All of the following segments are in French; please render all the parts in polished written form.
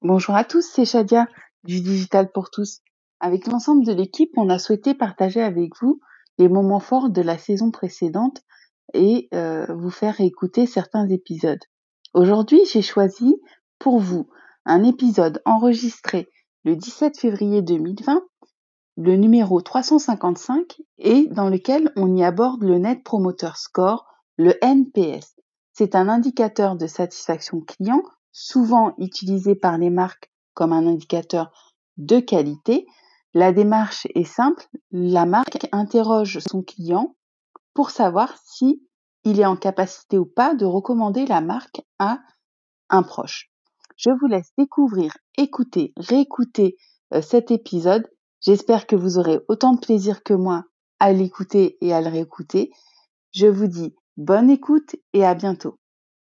Bonjour à tous, c'est Shadia du Digital pour tous. Avec l'ensemble de l'équipe, on a souhaité partager avec vous les moments forts de la saison précédente et vous faire écouter certains épisodes. Aujourd'hui, j'ai choisi pour vous un épisode enregistré le 17 février 2020, le numéro 355, et dans lequel on y aborde le Net Promoter Score, le NPS. C'est un indicateur de satisfaction client, souvent utilisé par les marques comme un indicateur de qualité. La démarche est simple, la marque interroge son client pour savoir si il est en capacité ou pas de recommander la marque à un proche. Je vous laisse découvrir, écouter, réécouter cet épisode. J'espère que vous aurez autant de plaisir que moi à l'écouter et à le réécouter. Je vous dis bonne écoute et à bientôt.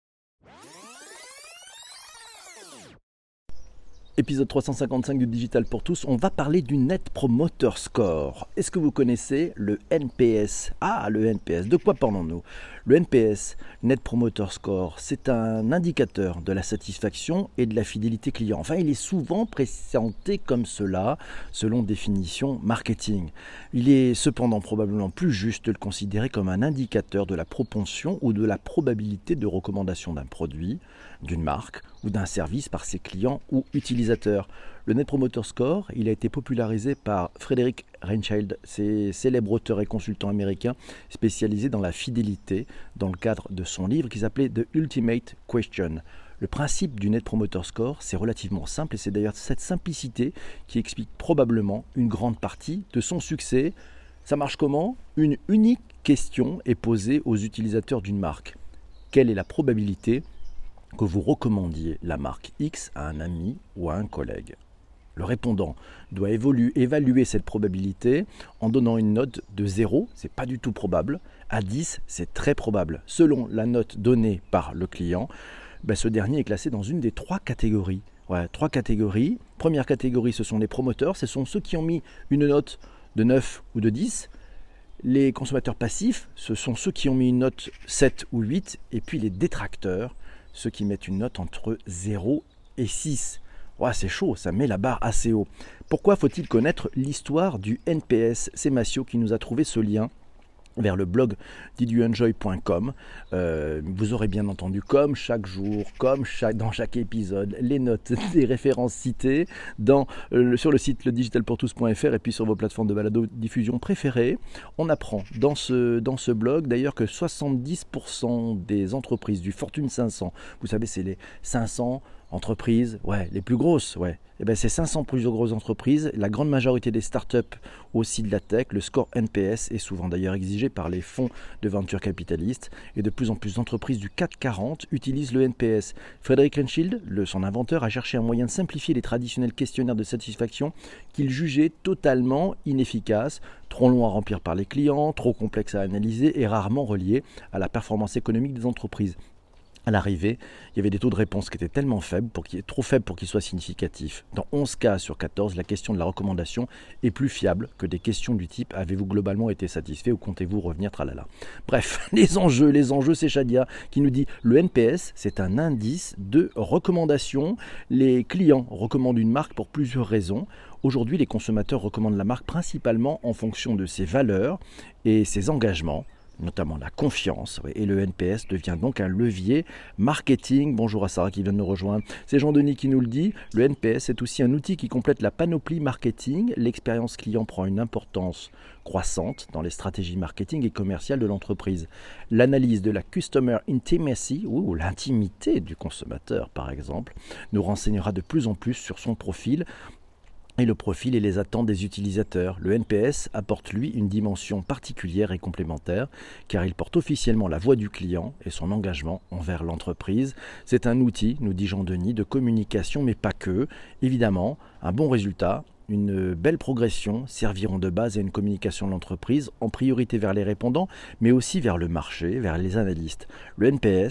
Épisode 355 du Digital pour tous, on va parler du Net Promoter Score. Est-ce que vous connaissez le NPS? Ah, le NPS, de quoi parlons-nous? Le NPS, Net Promoter Score, c'est un indicateur de la satisfaction et de la fidélité client. Enfin, il est souvent présenté comme cela, selon définition marketing. Il est cependant probablement plus juste de le considérer comme un indicateur de la propension ou de la probabilité de recommandation d'un produit, d'une marque ou d'un service par ses clients ou utilisateurs. Le Net Promoter Score, il a été popularisé par Frederick Reinschild, c'est célèbre auteur et consultant américain spécialisé dans la fidélité dans le cadre de son livre qui s'appelait The Ultimate Question. Le principe du Net Promoter Score, c'est relativement simple et c'est d'ailleurs cette simplicité qui explique probablement une grande partie de son succès. Ça marche comment? Une unique question est posée aux utilisateurs d'une marque. Quelle est la probabilité que vous recommandiez la marque X à un ami ou à un collègue? Le répondant doit évaluer cette probabilité en donnant une note de 0, c'est pas du tout probable, à 10, c'est très probable. Selon la note donnée par le client, ce dernier est classé dans une des trois catégories. Trois catégories. Première catégorie, ce sont les promoteurs, ce sont ceux qui ont mis une note de 9 ou de 10. Les consommateurs passifs, ce sont ceux qui ont mis une note 7 ou 8. Et puis les détracteurs, ceux qui mettent une note entre 0 et 6. C'est chaud, ça met la barre assez haut. Pourquoi faut-il connaître l'histoire du NPS? C'est Massio qui nous a trouvé ce lien vers le blog didyouenjoy.com. Vous aurez bien entendu, comme chaque jour, dans chaque épisode, les notes des références citées sur le site ledigitalpourtous.fr et puis sur vos plateformes de balado-diffusion préférées. On apprend dans ce blog d'ailleurs que 70% des entreprises du Fortune 500, vous savez, c'est les 500 entreprises, les plus grosses, ces 500 plus grosses entreprises, la grande majorité des startups aussi de la tech, le score NPS est souvent d'ailleurs exigé par les fonds de venture capitalistes et de plus en plus d'entreprises du CAC 40 utilisent le NPS. Frederick Reinschild, son inventeur, a cherché un moyen de simplifier les traditionnels questionnaires de satisfaction qu'il jugeait totalement inefficaces, trop longs à remplir par les clients, trop complexes à analyser et rarement reliés à la performance économique des entreprises. À l'arrivée, il y avait des taux de réponse qui étaient tellement faibles, trop faibles pour qu'ils soient significatifs. Dans 11 cas sur 14, la question de la recommandation est plus fiable que des questions du type « Avez-vous globalement été satisfait ou comptez-vous revenir tralala ?» Bref, les enjeux, c'est Shadia qui nous dit « Le NPS, c'est un indice de recommandation. Les clients recommandent une marque pour plusieurs raisons. Aujourd'hui, les consommateurs recommandent la marque principalement en fonction de ses valeurs et ses engagements, notamment la confiance, et le NPS devient donc un levier marketing. Bonjour à Sarah qui vient de nous rejoindre. C'est Jean-Denis qui nous le dit. Le NPS est aussi un outil qui complète la panoplie marketing. L'expérience client prend une importance croissante dans les stratégies marketing et commerciales de l'entreprise. L'analyse de la Customer Intimacy, ou l'intimité du consommateur par exemple, nous renseignera de plus en plus sur son profil, et le profil et les attentes des utilisateurs. Le NPS apporte lui une dimension particulière et complémentaire car il porte officiellement la voix du client et son engagement envers l'entreprise. C'est un outil, nous dit Jean-Denis, de communication mais pas que. Évidemment, un bon résultat, une belle progression serviront de base à une communication de l'entreprise en priorité vers les répondants mais aussi vers le marché, vers les analystes. Le NPS,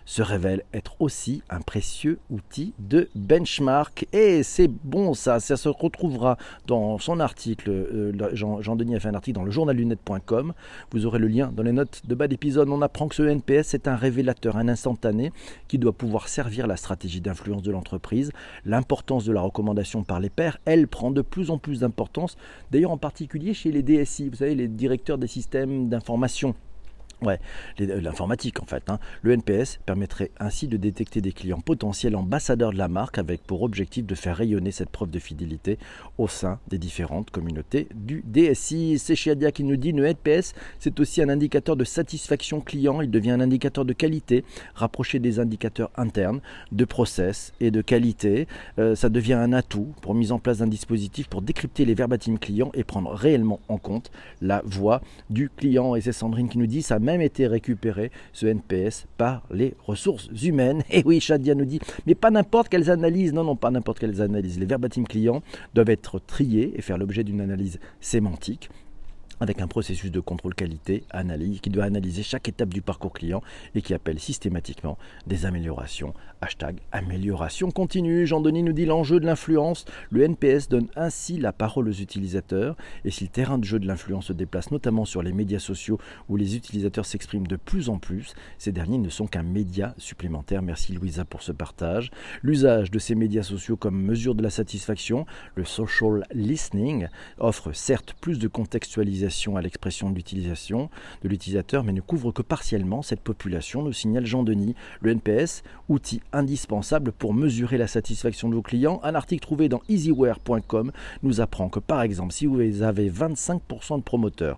se révèle être aussi un précieux outil de benchmark. Et c'est bon ça se retrouvera dans son article. Jean-Denis a fait un article dans le journallunet.com. Vous aurez le lien dans les notes de bas d'épisode. On apprend que ce NPS est un révélateur, un instantané qui doit pouvoir servir la stratégie d'influence de l'entreprise. L'importance de la recommandation par les pairs, elle prend de plus en plus d'importance, d'ailleurs en particulier chez les DSI, vous savez, les directeurs des systèmes d'information. Ouais, l'informatique en fait. Le NPS permettrait ainsi de détecter des clients potentiels ambassadeurs de la marque avec pour objectif de faire rayonner cette preuve de fidélité au sein des différentes communautés du DSI. C'est Shadia qui nous dit le NPS, c'est aussi un indicateur de satisfaction client. Il devient un indicateur de qualité, rapproché des indicateurs internes, de process et de qualité. Ça devient un atout pour mise en place d'un dispositif pour décrypter les verbatim clients et prendre réellement en compte la voix du client. Et c'est Sandrine qui nous dit ça même été récupéré, ce NPS, par les ressources humaines. Et oui, Shadia nous dit, mais pas n'importe quelles analyses. Non, pas n'importe quelles analyses. Les verbatim clients doivent être triés et faire l'objet d'une analyse sémantique, avec un processus de contrôle qualité, analyse, qui doit analyser chaque étape du parcours client et qui appelle systématiquement des améliorations. #amélioration continue. Jean-Denis nous dit l'enjeu de l'influence. Le NPS donne ainsi la parole aux utilisateurs. Et si le terrain de jeu de l'influence se déplace notamment sur les médias sociaux où les utilisateurs s'expriment de plus en plus, ces derniers ne sont qu'un média supplémentaire. Merci Louisa pour ce partage. L'usage de ces médias sociaux comme mesure de la satisfaction, le social listening, offre certes plus de contextualisation à l'expression de l'utilisateur, mais ne couvre que partiellement cette population, nous signale Jean-Denis. Le NPS, outil indispensable pour mesurer la satisfaction de vos clients. Un article trouvé dans easyware.com nous apprend que par exemple, si vous avez 25% de promoteurs,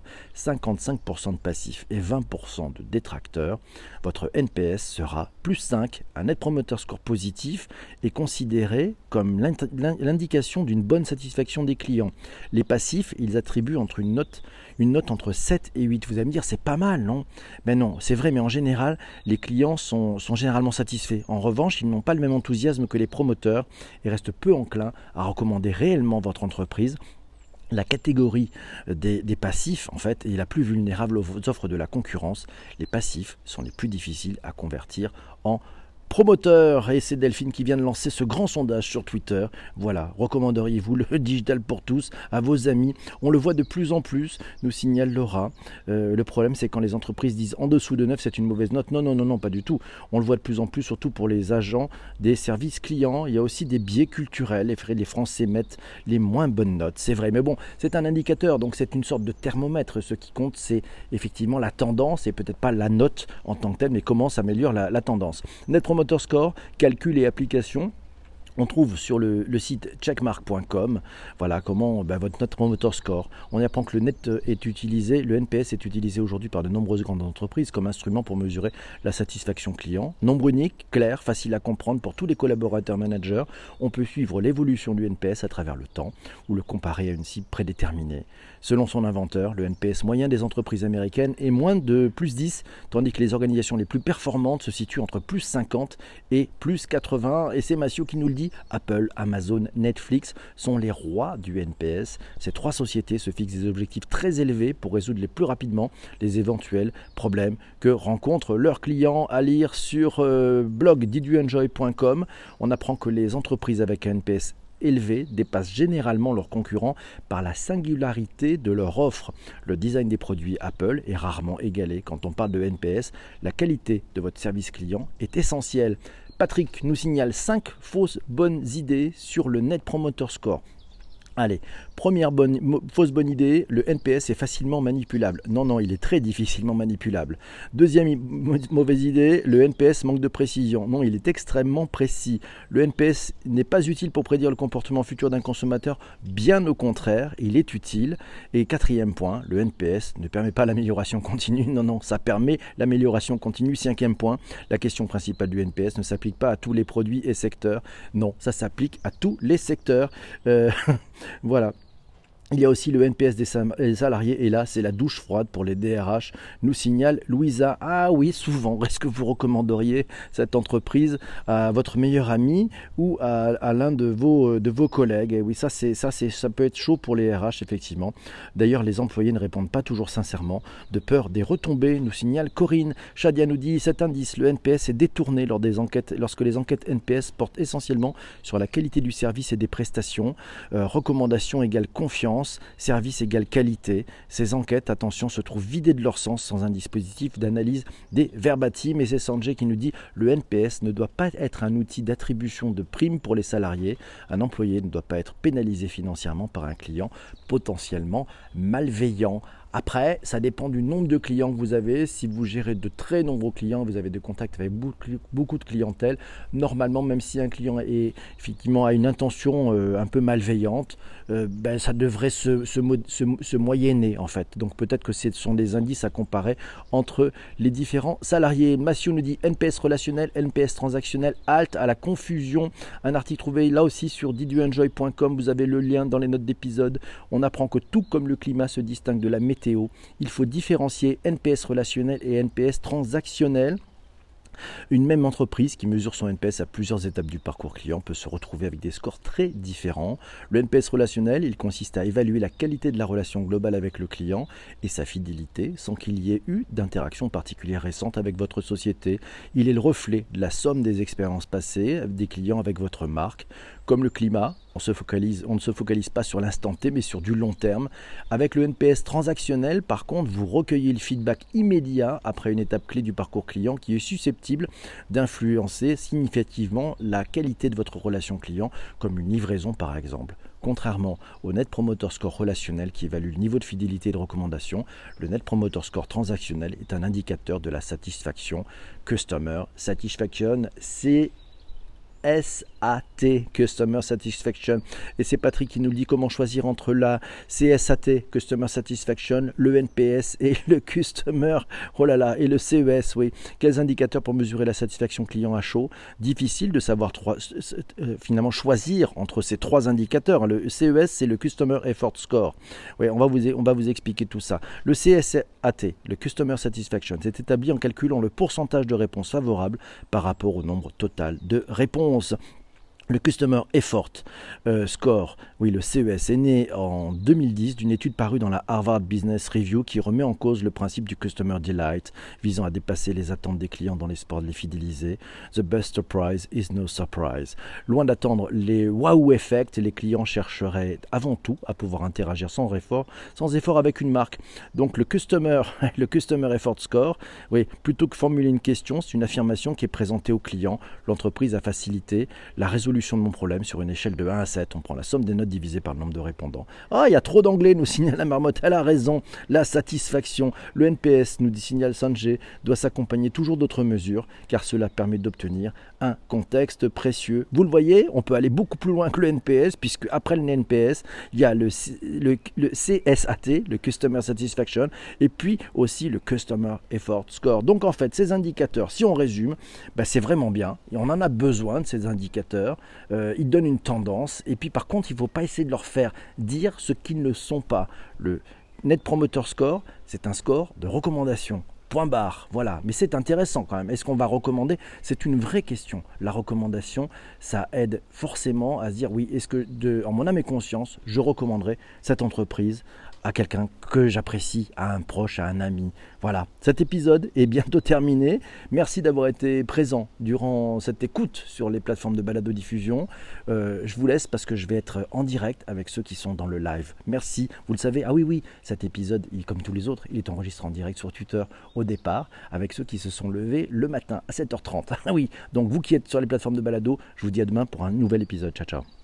55% de passifs et 20% de détracteurs, votre NPS sera plus 5. Un Net Promoter Score positif est considéré comme l'indication d'une bonne satisfaction des clients. Les passifs, ils attribuent une note entre 7 et 8. Vous allez me dire, c'est pas mal, non? Ben non, c'est vrai, mais en général, les clients sont généralement satisfaits. En revanche, ils n'ont pas le même enthousiasme que les promoteurs et restent peu enclins à recommander réellement votre entreprise. La catégorie des passifs, en fait, est la plus vulnérable aux offres de la concurrence. Les passifs sont les plus difficiles à convertir en promoteur. Et c'est Delphine qui vient de lancer ce grand sondage sur Twitter. Voilà, recommanderiez-vous le digital pour tous à vos amis? On le voit de plus en plus, nous signale Laura. Le problème, c'est quand les entreprises disent en dessous de 9, c'est une mauvaise note. Non, pas du tout. On le voit de plus en plus, surtout pour les agents des services clients. Il y a aussi des biais culturels. Les Français mettent les moins bonnes notes, c'est vrai. Mais bon, c'est un indicateur, donc c'est une sorte de thermomètre. Ce qui compte, c'est effectivement la tendance et peut-être pas la note en tant que telle, mais comment s'améliore la tendance. Net Promoter Score, calcul et application. On trouve sur le site checkmark.com, voilà comment votre Net Promoter Score. On apprend que le NPS est utilisé aujourd'hui par de nombreuses grandes entreprises comme instrument pour mesurer la satisfaction client. Nombre unique, clair, facile à comprendre pour tous les collaborateurs managers. On peut suivre l'évolution du NPS à travers le temps ou le comparer à une cible prédéterminée. Selon son inventeur, le NPS moyen des entreprises américaines est moins de plus 10, tandis que les organisations les plus performantes se situent entre plus 50 et plus 80. Et c'est Massio qui nous le dit. Apple, Amazon, Netflix sont les rois du NPS. Ces trois sociétés se fixent des objectifs très élevés pour résoudre les plus rapidement les éventuels problèmes que rencontrent leurs clients. À lire sur blog didyouenjoy.com, on apprend que les entreprises avec un NPS élevé dépassent généralement leurs concurrents par la singularité de leur offre. Le design des produits Apple est rarement égalé. Quand on parle de NPS, la qualité de votre service client est essentielle. Patrick nous signale 5 fausses bonnes idées sur le Net Promoter Score. Allez, première fausse bonne idée, le NPS est facilement manipulable. Non, il est très difficilement manipulable. Deuxième mauvaise idée, le NPS manque de précision. Non, il est extrêmement précis. Le NPS n'est pas utile pour prédire le comportement futur d'un consommateur, bien au contraire, il est utile. Et quatrième point, le NPS ne permet pas l'amélioration continue. Non, ça permet l'amélioration continue. Cinquième point, la question principale du NPS ne s'applique pas à tous les produits et secteurs. Non, ça s'applique à tous les secteurs. Voilà. Il y a aussi le NPS des salariés, et là, c'est la douche froide pour les DRH, nous signale Louisa. Ah oui, souvent, est-ce que vous recommanderiez cette entreprise à votre meilleur ami ou à l'un de vos collègues? Et oui, ça peut être chaud pour les RH, effectivement. D'ailleurs, les employés ne répondent pas toujours sincèrement, de peur des retombées, nous signale Corinne. Shadia nous dit, cet indice, le NPS, est détourné lorsque les enquêtes NPS portent essentiellement sur la qualité du service et des prestations. Recommandation égale confiance. Service égale qualité. Ces enquêtes, attention, se trouvent vidées de leur sens sans un dispositif d'analyse des verbatims. Et c'est Sanjay qui nous dit le NPS ne doit pas être un outil d'attribution de primes pour les salariés. Un employé ne doit pas être pénalisé financièrement par un client potentiellement malveillant. Après, ça dépend du nombre de clients que vous avez. Si vous gérez de très nombreux clients, vous avez des contacts avec beaucoup de clientèle, normalement, même si un client effectivement a une intention un peu malveillante, ça devrait se moyenner en fait. Donc peut-être que ce sont des indices à comparer entre les différents salariés. Massio nous dit NPS relationnel, NPS transactionnel, halte à la confusion. Un article trouvé là aussi sur didyouenjoy.com. Vous avez le lien dans les notes d'épisode. On apprend que tout comme le climat se distingue de la météo, il faut différencier NPS relationnel et NPS transactionnel. Une même entreprise qui mesure son NPS à plusieurs étapes du parcours client peut se retrouver avec des scores très différents. Le NPS relationnel, il consiste à évaluer la qualité de la relation globale avec le client et sa fidélité sans qu'il y ait eu d'interaction particulière récente avec votre société. Il est le reflet de la somme des expériences passées des clients avec votre marque. Comme le climat, on ne se focalise pas sur l'instant T, mais sur du long terme. Avec le NPS transactionnel, par contre, vous recueillez le feedback immédiat après une étape clé du parcours client qui est susceptible d'influencer significativement la qualité de votre relation client, comme une livraison par exemple. Contrairement au Net Promoter Score relationnel qui évalue le niveau de fidélité et de recommandation, le Net Promoter Score transactionnel est un indicateur de la satisfaction. Customer Satisfaction, c'est CSAT, Customer Satisfaction. Et c'est Patrick qui nous dit comment choisir entre la CSAT, Customer Satisfaction, le NPS et le Customer, oh là là, et le CES, oui. Quels indicateurs pour mesurer la satisfaction client à chaud? Difficile de savoir finalement choisir entre ces trois indicateurs. Le CES, c'est le Customer Effort Score. Oui, on va vous expliquer tout ça. Le CSAT, le Customer Satisfaction, c'est établi en calculant le pourcentage de réponses favorables par rapport au nombre total de réponses. Le Customer Effort Score, oui, le CES, est né en 2010 d'une étude parue dans la Harvard Business Review qui remet en cause le principe du Customer Delight, visant à dépasser les attentes des clients dans l'espoir de les fidéliser. The best surprise is no surprise. Loin d'attendre les wow effects, les clients chercheraient avant tout à pouvoir interagir sans effort avec une marque. Donc le Customer Effort Score, oui, plutôt que formuler une question, c'est une affirmation qui est présentée au client. L'entreprise a facilité la résolution de mon problème sur une échelle de 1 à 7. On prend la somme des notes divisée par le nombre de répondants. Ah, il y a trop d'anglais, nous signale la marmotte. Elle a raison. La satisfaction. Le NPS, nous dit signale Sanjay, doit s'accompagner toujours d'autres mesures, car cela permet d'obtenir un contexte précieux. Vous le voyez, on peut aller beaucoup plus loin que le NPS, puisque après le NPS, il y a le CSAT, le Customer Satisfaction, et puis aussi le Customer Effort Score. Donc en fait, ces indicateurs, si on résume, c'est vraiment bien. Et on en a besoin de ces indicateurs. Ils donnent une tendance, et puis par contre il ne faut pas essayer de leur faire dire ce qu'ils ne sont pas. Le Net Promoter Score, c'est un score de recommandation. Point barre, voilà. Mais c'est intéressant quand même. Est-ce qu'on va recommander? C'est une vraie question. La recommandation, ça aide forcément à se dire oui, est-ce que en mon âme et conscience, je recommanderais cette entreprise à quelqu'un que j'apprécie, à un proche, à un ami. Voilà, cet épisode est bientôt terminé. Merci d'avoir été présent durant cette écoute sur les plateformes de balado-diffusion. Je vous laisse parce que je vais être en direct avec ceux qui sont dans le live. Merci, vous le savez. Ah oui, cet épisode, comme tous les autres, il est enregistré en direct sur Twitter au départ avec ceux qui se sont levés le matin à 7h30. Ah oui, donc vous qui êtes sur les plateformes de balado, je vous dis à demain pour un nouvel épisode. Ciao, ciao.